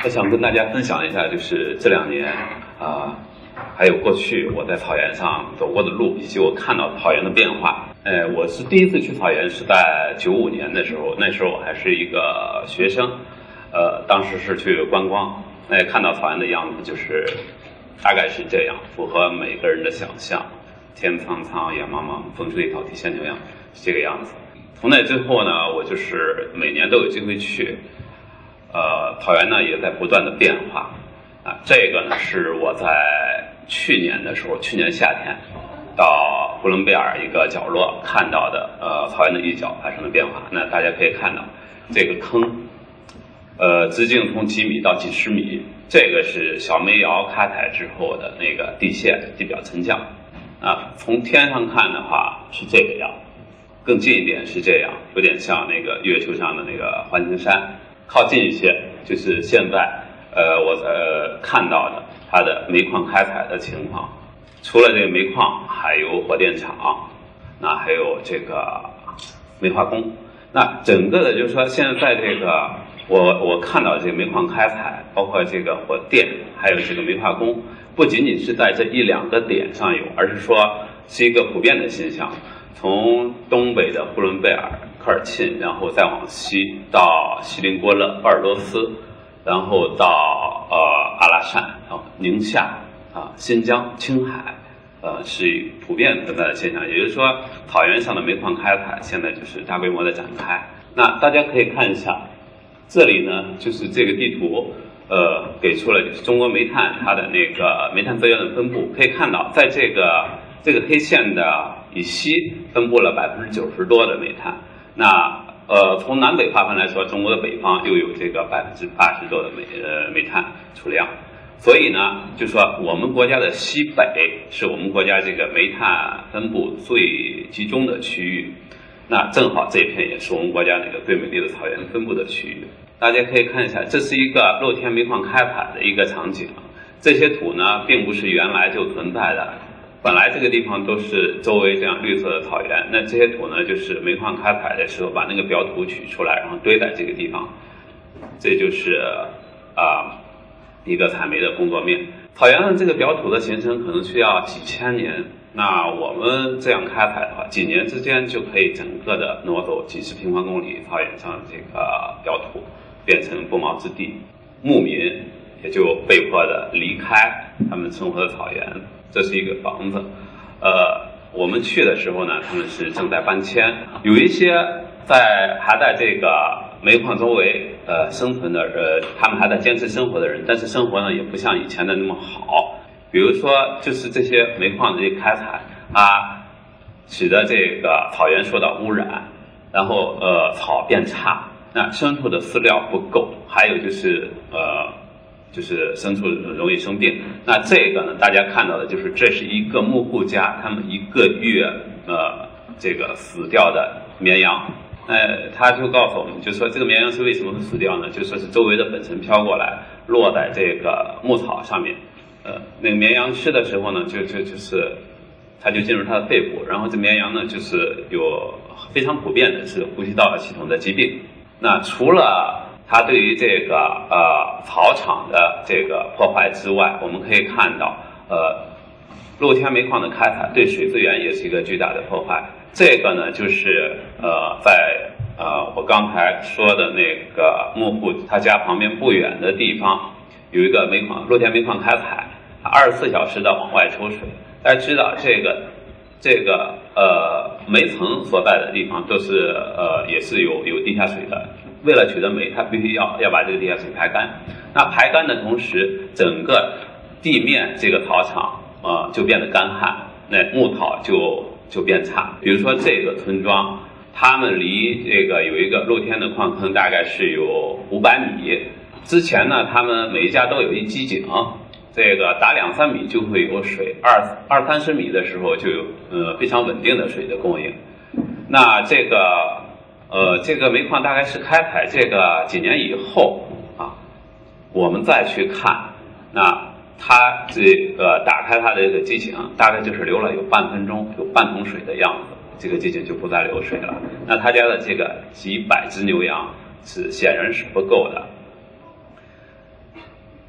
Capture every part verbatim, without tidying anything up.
想跟大家分享一下，就是这两年啊、呃，还有过去我在草原上走过的路，以及我看到草原的变化。呃，我是第一次去草原是在九五年的时候，那时候我还是一个学生，呃，当时是去观光，那、呃、看到草原的样子就是大概是这样，符合每个人的想象，天苍苍，野茫茫，风吹草低见牛羊，是这个样子。从那之后呢，我就是每年都有机会去。呃，草原呢也在不断的变化，啊，这个呢是我在去年的时候，去年夏天到呼伦贝尔一个角落看到的，呃，草原的一角发生了变化。那大家可以看到，这个坑，呃，直径从几米到几十米，这个是小煤窑开采之后的那个地陷、地表沉降。啊，从天上看的话是这个样，更近一点是这样，有点像那个月球上的那个环形山。靠近一些，就是现在，呃，我呃看到的它的煤矿开采的情况。除了这个煤矿，还有火电厂，那还有这个煤化工。那整个的，就是说，现在这个我我看到这个煤矿开采，包括这个火电，还有这个煤化工，不仅仅是在这一两个点上有，而是说是一个普遍的现象。从东北的呼伦贝尔、科尔沁，然后再往西到锡林郭勒、鄂尔多斯，然后到呃阿拉善、然后宁夏啊、新疆、青海，呃是普遍存在的现象。也就是说，草原上的煤矿开采现在就是大规模的展开。那大家可以看一下，这里呢就是这个地图，呃给出了就是中国煤炭它的那个煤炭资源的分布。可以看到，在这个这个黑线的以西分布了百分之九十多的煤炭，那呃从南北划分来说，中国的北方又有这个百分之八十多的煤呃煤炭储量，所以呢，就说我们国家的西北是我们国家这个煤炭分布最集中的区域，那正好这片也是我们国家那个最美丽的草原分布的区域。大家可以看一下，这是一个露天煤矿开采的一个场景，这些土呢并不是原来就存在的。本来这个地方都是周围这样绿色的草原，那这些土呢，就是煤矿开采的时候把那个表土取出来，然后堆在这个地方，这就是啊、呃、一个采煤的工作面。草原上这个表土的形成可能需要几千年，那我们这样开采的话，几年之间就可以整个的挪走几十平方公里草原上这个表土，变成不毛之地，牧民也就被迫的离开他们生活的草原。这是一个房子，呃，我们去的时候呢，他们是正在搬迁，有一些在还在这个煤矿周围呃生存的，呃，他们还在坚持生活的人，但是生活呢也不像以前的那么好。比如说，就是这些煤矿的这些开采啊，使得这个草原受到污染，然后呃草变差，那牲畜的饲料不够，还有就是呃。就是牲畜容易生病，那这个呢，大家看到的就是这是一个牧户家，他们一个月呃这个死掉的绵羊，呃，他就告诉我们，就说这个绵羊是为什么会死掉呢？就说是周围的粉尘飘过来，落在这个牧草上面，呃，那个绵羊吃的时候呢，就就就是它就进入它的肺部，然后这绵羊呢就是有非常普遍的是呼吸道系统的疾病。那除了它对于这个呃草场的这个破坏之外，我们可以看到，呃，露天煤矿的开采对水资源也是一个巨大的破坏。这个呢，就是呃在呃我刚才说的那个牧户他家旁边不远的地方，有一个煤矿，露天煤矿开采，二十四小时的往外抽水。大家知道这个这个呃煤层所在的地方都是呃也是有有地下水的。为了取得煤，它必须要要把这个地下水排干。那排干的同时，整个地面这个草场啊、呃、就变得干旱，那牧草就就变差。比如说这个村庄，他们离这个有一个露天的矿坑，大概是有五百米。之前呢，他们每一家都有一机井，这个打两三米就会有水，二二三十米的时候就有呃非常稳定的水的供应。那这个。呃，这个煤矿大概是开采这个几年以后啊，我们再去看，那它这个打开它的这个机井，大概就是流了有半分钟，有半桶水的样子，这个机井就不再流水了。那他家的这个几百只牛羊是显然是不够的。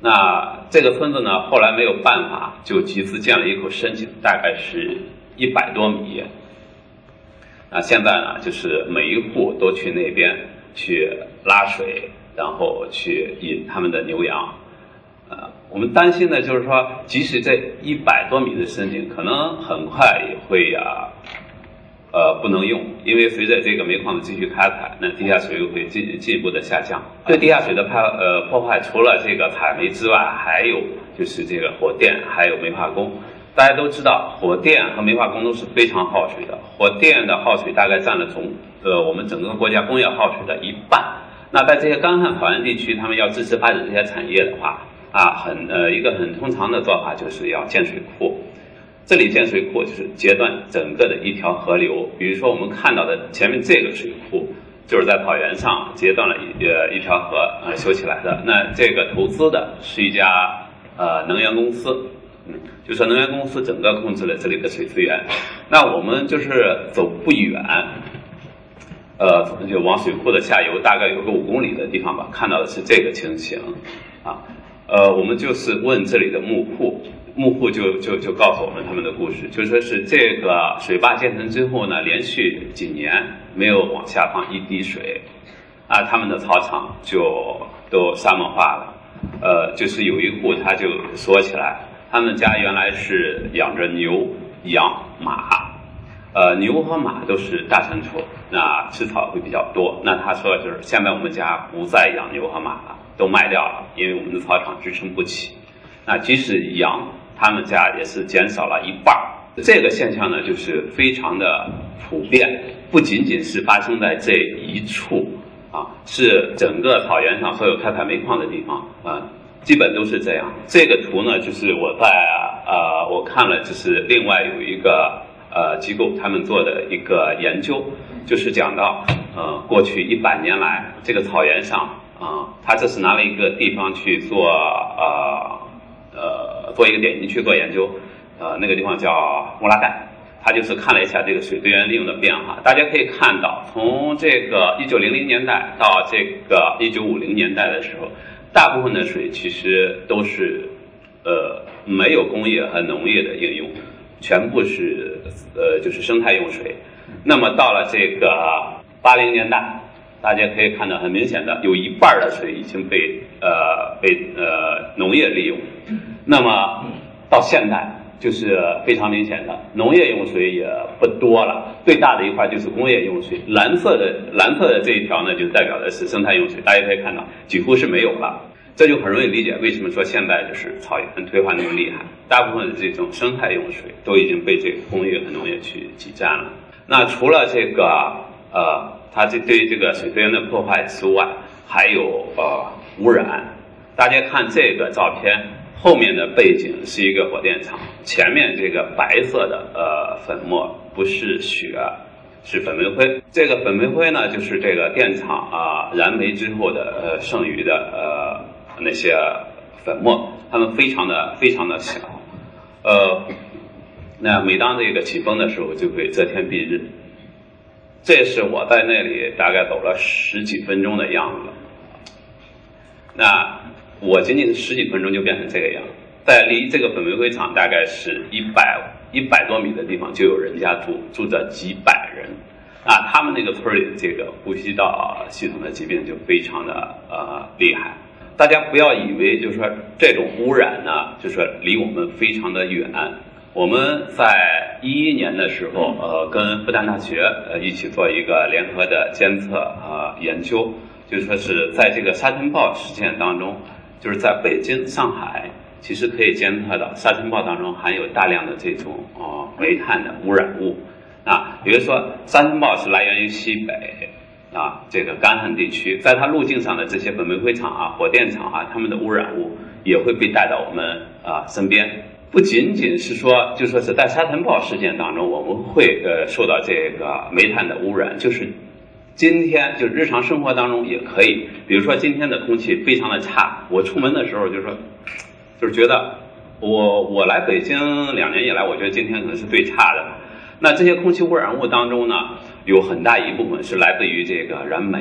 那这个村子呢，后来没有办法，就集资建了一口深井，大概是一百多米。那现在呢，就是每一户都去那边去拉水，然后去引他们的牛羊。呃，我们担心的就是说，即使这一百多米的深井，可能很快也会呀、啊，呃，不能用，因为随着这个煤矿的继续开采，那地下水又会进进一步的下降。对地下水的破呃破坏，除了这个采煤之外，还有就是这个火电，还有煤化工。大家都知道，火电和煤化工都是非常耗水的。火电的耗水大概占了总呃我们整个国家工业耗水的一半。那在这些干旱草原地区，他们要支持发展这些产业的话，啊，很呃一个很通常的做法就是要建水库。这里建水库就是截断整个的一条河流。比如说我们看到的前面这个水库，就是在草原上截断了一呃一条河呃修起来的。那这个投资的是一家呃能源公司。嗯，就说能源公司整个控制了这里的水资源。那我们就是走不远，呃，就往水库的下游大概有个五公里的地方吧，看到的是这个情形啊。呃，我们就是问这里的木户，木户就就就告诉我们他们的故事，就说是这个水坝建成之后呢，连续几年没有往下放一滴水，啊，他们的草场就都沙漠化了。呃，就是有一户他就说起来。他们家原来是养着牛、羊、马，呃，牛和马都是大牲畜，那吃草会比较多。那他说就是现在我们家不再养牛和马了，都卖掉了，因为我们的草场支撑不起。那即使羊，他们家也是减少了一半。这个现象呢，就是非常的普遍，不仅仅是发生在这一处啊，是整个草原上所有开采煤矿的地方啊。基本都是这样。这个图呢，就是我在呃，我看了，就是另外有一个呃机构他们做的一个研究，就是讲到呃过去一百年来这个草原上啊、呃，他这是拿了一个地方去做呃呃做一个点进去做研究，呃那个地方叫乌拉盖，他就是看了一下这个水资源利用的变化。大家可以看到，从这个一九零零年代到这个一九五零年代的时候。大部分的水其实都是，呃，没有工业和农业的应用，全部是呃就是生态用水。那么到了这个八零年代，大家可以看到很明显的，有一半的水已经被呃被呃农业利用。那么到现在就是非常明显的，农业用水也不多了，最大的一块就是工业用水。蓝色的蓝色的这一条呢，就代表的是生态用水，大家可以看到几乎是没有了。这就很容易理解为什么说现在就是草原退化那么厉害，大部分的这种生态用水都已经被这个工业和农业去挤占了。那除了这个呃，它这对于这个水资源的破坏之外，还有呃污染。大家看这个照片。后面的背景是一个火电厂，前面这个白色的呃粉末不是雪，是粉煤灰。这个粉煤灰呢，就是这个电厂啊燃煤之后的呃剩余的呃那些粉末，它们非常的非常的小，呃，那每当这个起风的时候就会遮天蔽日。这是我在那里大概走了十几分钟的样子，那。我仅仅是十几分钟就变成这个样，在离这个粉煤灰厂大概是一百一百多米的地方，就有人家住，住着几百人，啊，他们那个村里的这个呼吸道系统的疾病就非常的呃厉害。大家不要以为就是说这种污染呢，就是说离我们非常的远。我们在一一年的时候，呃，跟复旦大学呃一起做一个联合的监测呃研究，就是说是在这个沙尘暴事件当中。就是在北京、上海，其实可以监测到沙尘暴当中含有大量的这种哦煤炭的污染物啊。比如说，沙尘暴是来源于西北啊这个干旱地区，在它路径上的这些粉煤灰厂啊、火电厂啊，它们的污染物也会被带到我们啊身边。不仅仅是说，就说是在沙尘暴事件当中，我们会呃受到这个煤炭的污染，就是。今天就日常生活当中也可以，比如说今天的空气非常的差，我出门的时候就说，就是觉得我我来北京两年以来，我觉得今天可能是最差的。那这些空气污染物当中呢，有很大一部分是来自于这个燃煤。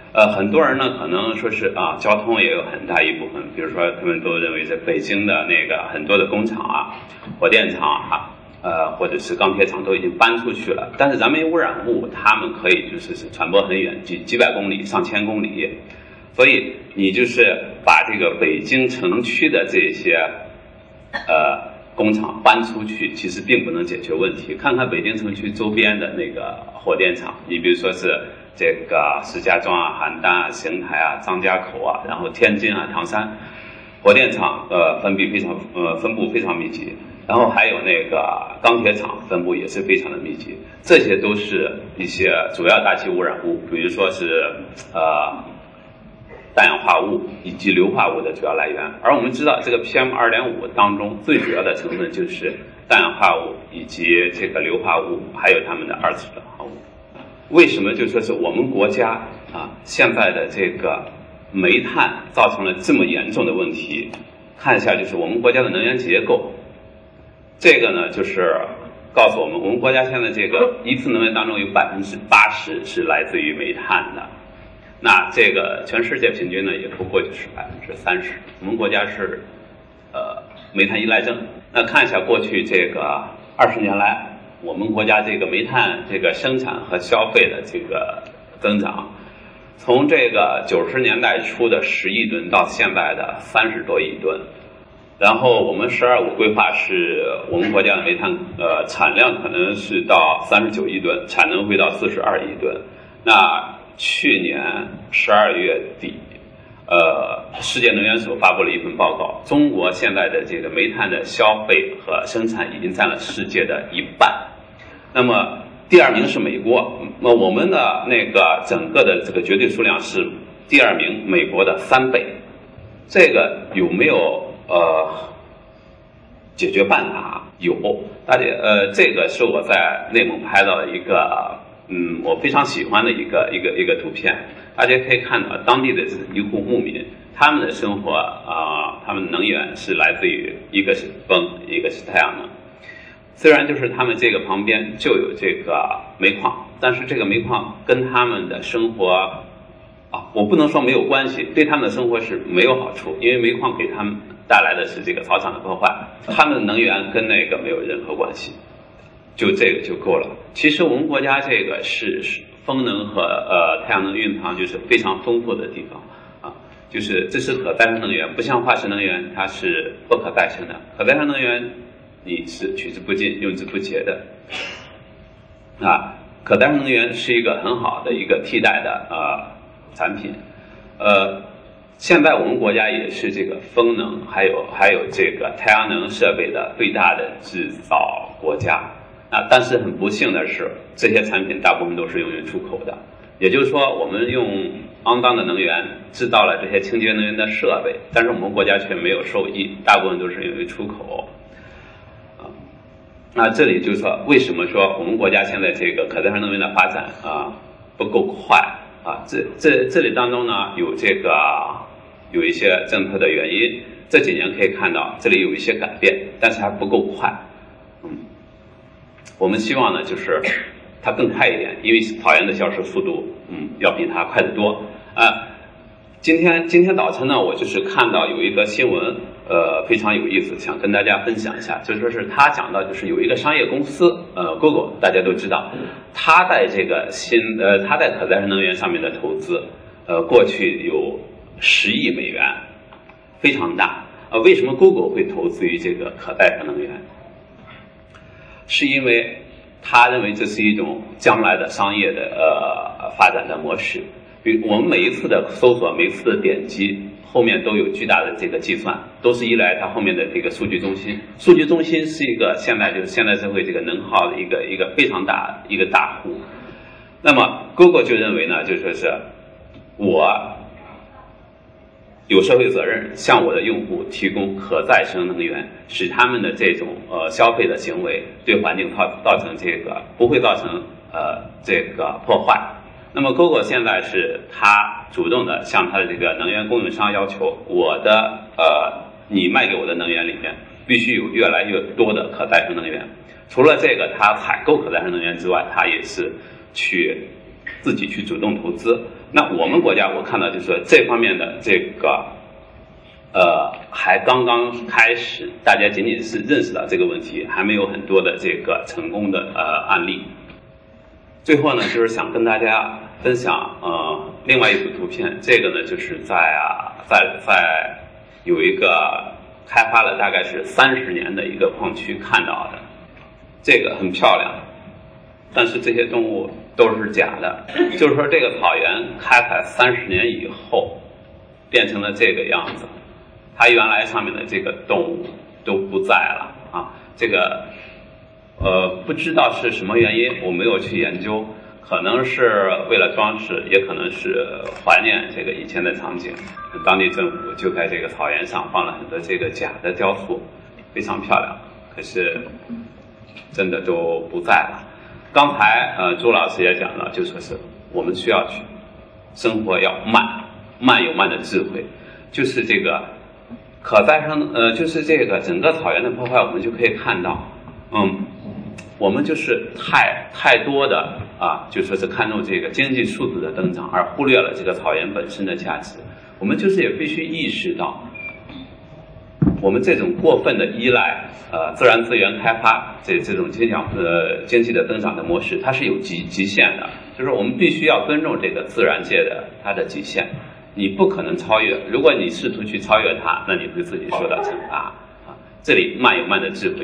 呃，很多人呢可能说是啊，交通也有很大一部分，比如说他们都认为在北京的那个很多的工厂啊、火电厂啊，呃，或者是钢铁厂都已经搬出去了，但是燃煤污染物它们可以就是是传播很远，几几百公里、上千公里，所以你就是把这个北京城区的这些呃工厂搬出去，其实并不能解决问题。看看北京城区周边的那个火电厂，你比如说是这个石家庄啊、邯郸啊、邢台啊、张家口啊，然后天津啊、唐山，火电厂呃分布非常呃分布非常密集，然后还有那个钢铁厂分布也是非常的密集，这些都是一些主要大气污染物，比如说是呃氮氧化物以及硫化物的主要来源。而我们知道这个 P M 二点五 当中最主要的成分就是氮氧化物以及这个硫化物，还有它们的二次转化物。为什么就说是我们国家啊现在的这个煤炭造成了这么严重的问题？看一下就是我们国家的能源结构，这个呢就是告诉我们，我们国家现在这个一次能源当中有百分之八十是来自于煤炭的。那这个全世界平均呢也不过就是百分之三十，我们国家是呃煤炭依赖症。那看一下过去这个二十年来，我们国家这个煤炭这个生产和消费的这个增长，从这个九十年代初的十亿吨到现在的三十多亿吨。然后我们“十二五”规划是我们国家的煤炭呃产量可能是到三十九亿吨，产能会到四十二亿吨。那去年十二月底，呃，世界能源署发布了一份报告，中国现在的这个煤炭的消费和生产已经占了世界的一半。那么第二名是美国，那我们的那个整个的这个绝对数量是第二名美国的三倍。这个有没有呃解决办法？有，大家呃，这个是我在内蒙拍到的一个。嗯，我非常喜欢的一个一个一个图片，大家可以看到当地的一户牧民，他们的生活啊、呃，他们的能源是来自于一个是风，一个是太阳能。虽然就是他们这个旁边就有这个煤矿，但是这个煤矿跟他们的生活啊，我不能说没有关系，对他们的生活是没有好处，因为煤矿给他们带来的是这个草场的破坏，他们的能源跟那个没有任何关系。就这个就够了。其实我们国家这个是风能和呃太阳能蕴藏就是非常丰富的地方啊，就是这是可再生能源，不像化石能源它是不可再生的。可再生能源你是取之不尽用之不竭的啊，可再生能源是一个很好的一个替代的呃产品。呃，现在我们国家也是这个风能还有还有这个太阳能设备的最大的制造国家。啊，但是很不幸的是，这些产品大部分都是用于出口的。也就是说，我们用肮脏的能源制造了这些清洁能源的设备，但是我们国家却没有受益，大部分都是用于出口。啊，那这里就是说，为什么说我们国家现在这个可再生能源的发展啊不够快啊？这这这里当中呢，有这个有一些政策的原因。这几年可以看到，这里有一些改变，但是还不够快。嗯。我们希望呢，就是它更快一点，因为草原的消失速度，嗯，要比它快得多啊。今天今天早晨呢，我就是看到有一个新闻，呃，非常有意思，想跟大家分享一下。就说是他讲到，就是有一个商业公司，呃 ，Google， 大家都知道，他在这个新呃，他在可再生能源上面的投资，呃，过去有十亿美元，非常大。呃，为什么 Google 会投资于这个可再生能源？是因为他认为这是一种将来的商业的呃发展的模式。比如我们每一次的搜索，每一次的点击后面都有巨大的这个计算，都是依赖它后面的这个数据中心。数据中心是一个现在就是现代社会这个能耗的一个一个非常大一个大户。那么 Google 就认为呢，就说是我有社会责任向我的用户提供可再生能源，使他们的这种呃消费的行为对环境造造成这个不会造成呃这个破坏。那么 Google 现在是他主动的向他的这个能源供应商要求，我的呃你卖给我的能源里面必须有越来越多的可再生能源。除了这个，他采购可再生能源之外，他也是去自己去主动投资。 那我们国家我看到就是说这方面的这个呃还刚刚开始，大家仅仅是认识到这个问题，还没有很多的这个成功的呃案例。最后呢，就是想跟大家分享呃另外一组图片，这个呢就是在啊在在有一个开发了大概是三十年的一个矿区看到的，这个很漂亮，但是这些动物都是假的，就是说这个草原开采三十年以后变成了这个样子，它原来上面的这个动物都不在了啊，这个呃不知道是什么原因，我没有去研究，可能是为了装饰，也可能是怀念这个以前的场景。当地政府就在这个草原上放了很多这个假的雕塑，非常漂亮，可是真的都不在了。刚才呃朱老师也讲了，就说是我们需要去生活要慢，慢有慢的智慧，就是这个可再生呃就是这个整个草原的破坏，我们就可以看到，嗯，我们就是太太多的啊，就说是看重这个经济数字的增长，而忽略了这个草原本身的价值。我们就是也必须意识到，我们这种过分的依赖呃自然资源开发这这种经济呃经济的增长的模式，它是有极极限的，就是我们必须要尊重这个自然界的它的极限，你不可能超越。如果你试图去超越它，那你会自己受到惩罚啊。这里慢有慢的智慧。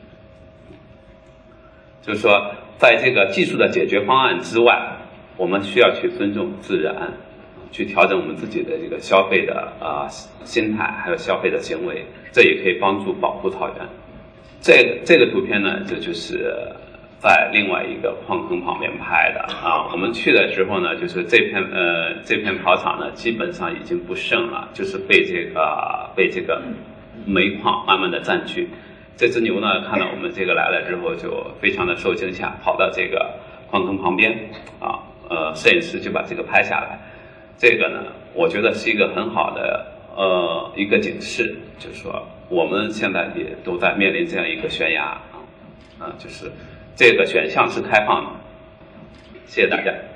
就是说，在这个技术的解决方案之外，我们需要去尊重自然，去调整我们自己的这个消费的啊、呃、心态，还有消费的行为，这也可以帮助保护草原。这个这个图片呢，这就是在另外一个矿坑旁边拍的啊。我们去的时候呢，就是这片呃这片跑场呢，基本上已经不剩了，就是被这个被这个煤矿慢慢的占据。这只牛呢，看到我们这个来了之后，就非常的受惊吓，跑到这个矿坑旁边啊，呃，摄影师就把这个拍下来。这个呢，我觉得是一个很好的呃一个警示，就是说我们现在也都在面临这样一个悬崖啊，啊，就是这个选项是开放的。谢谢大家。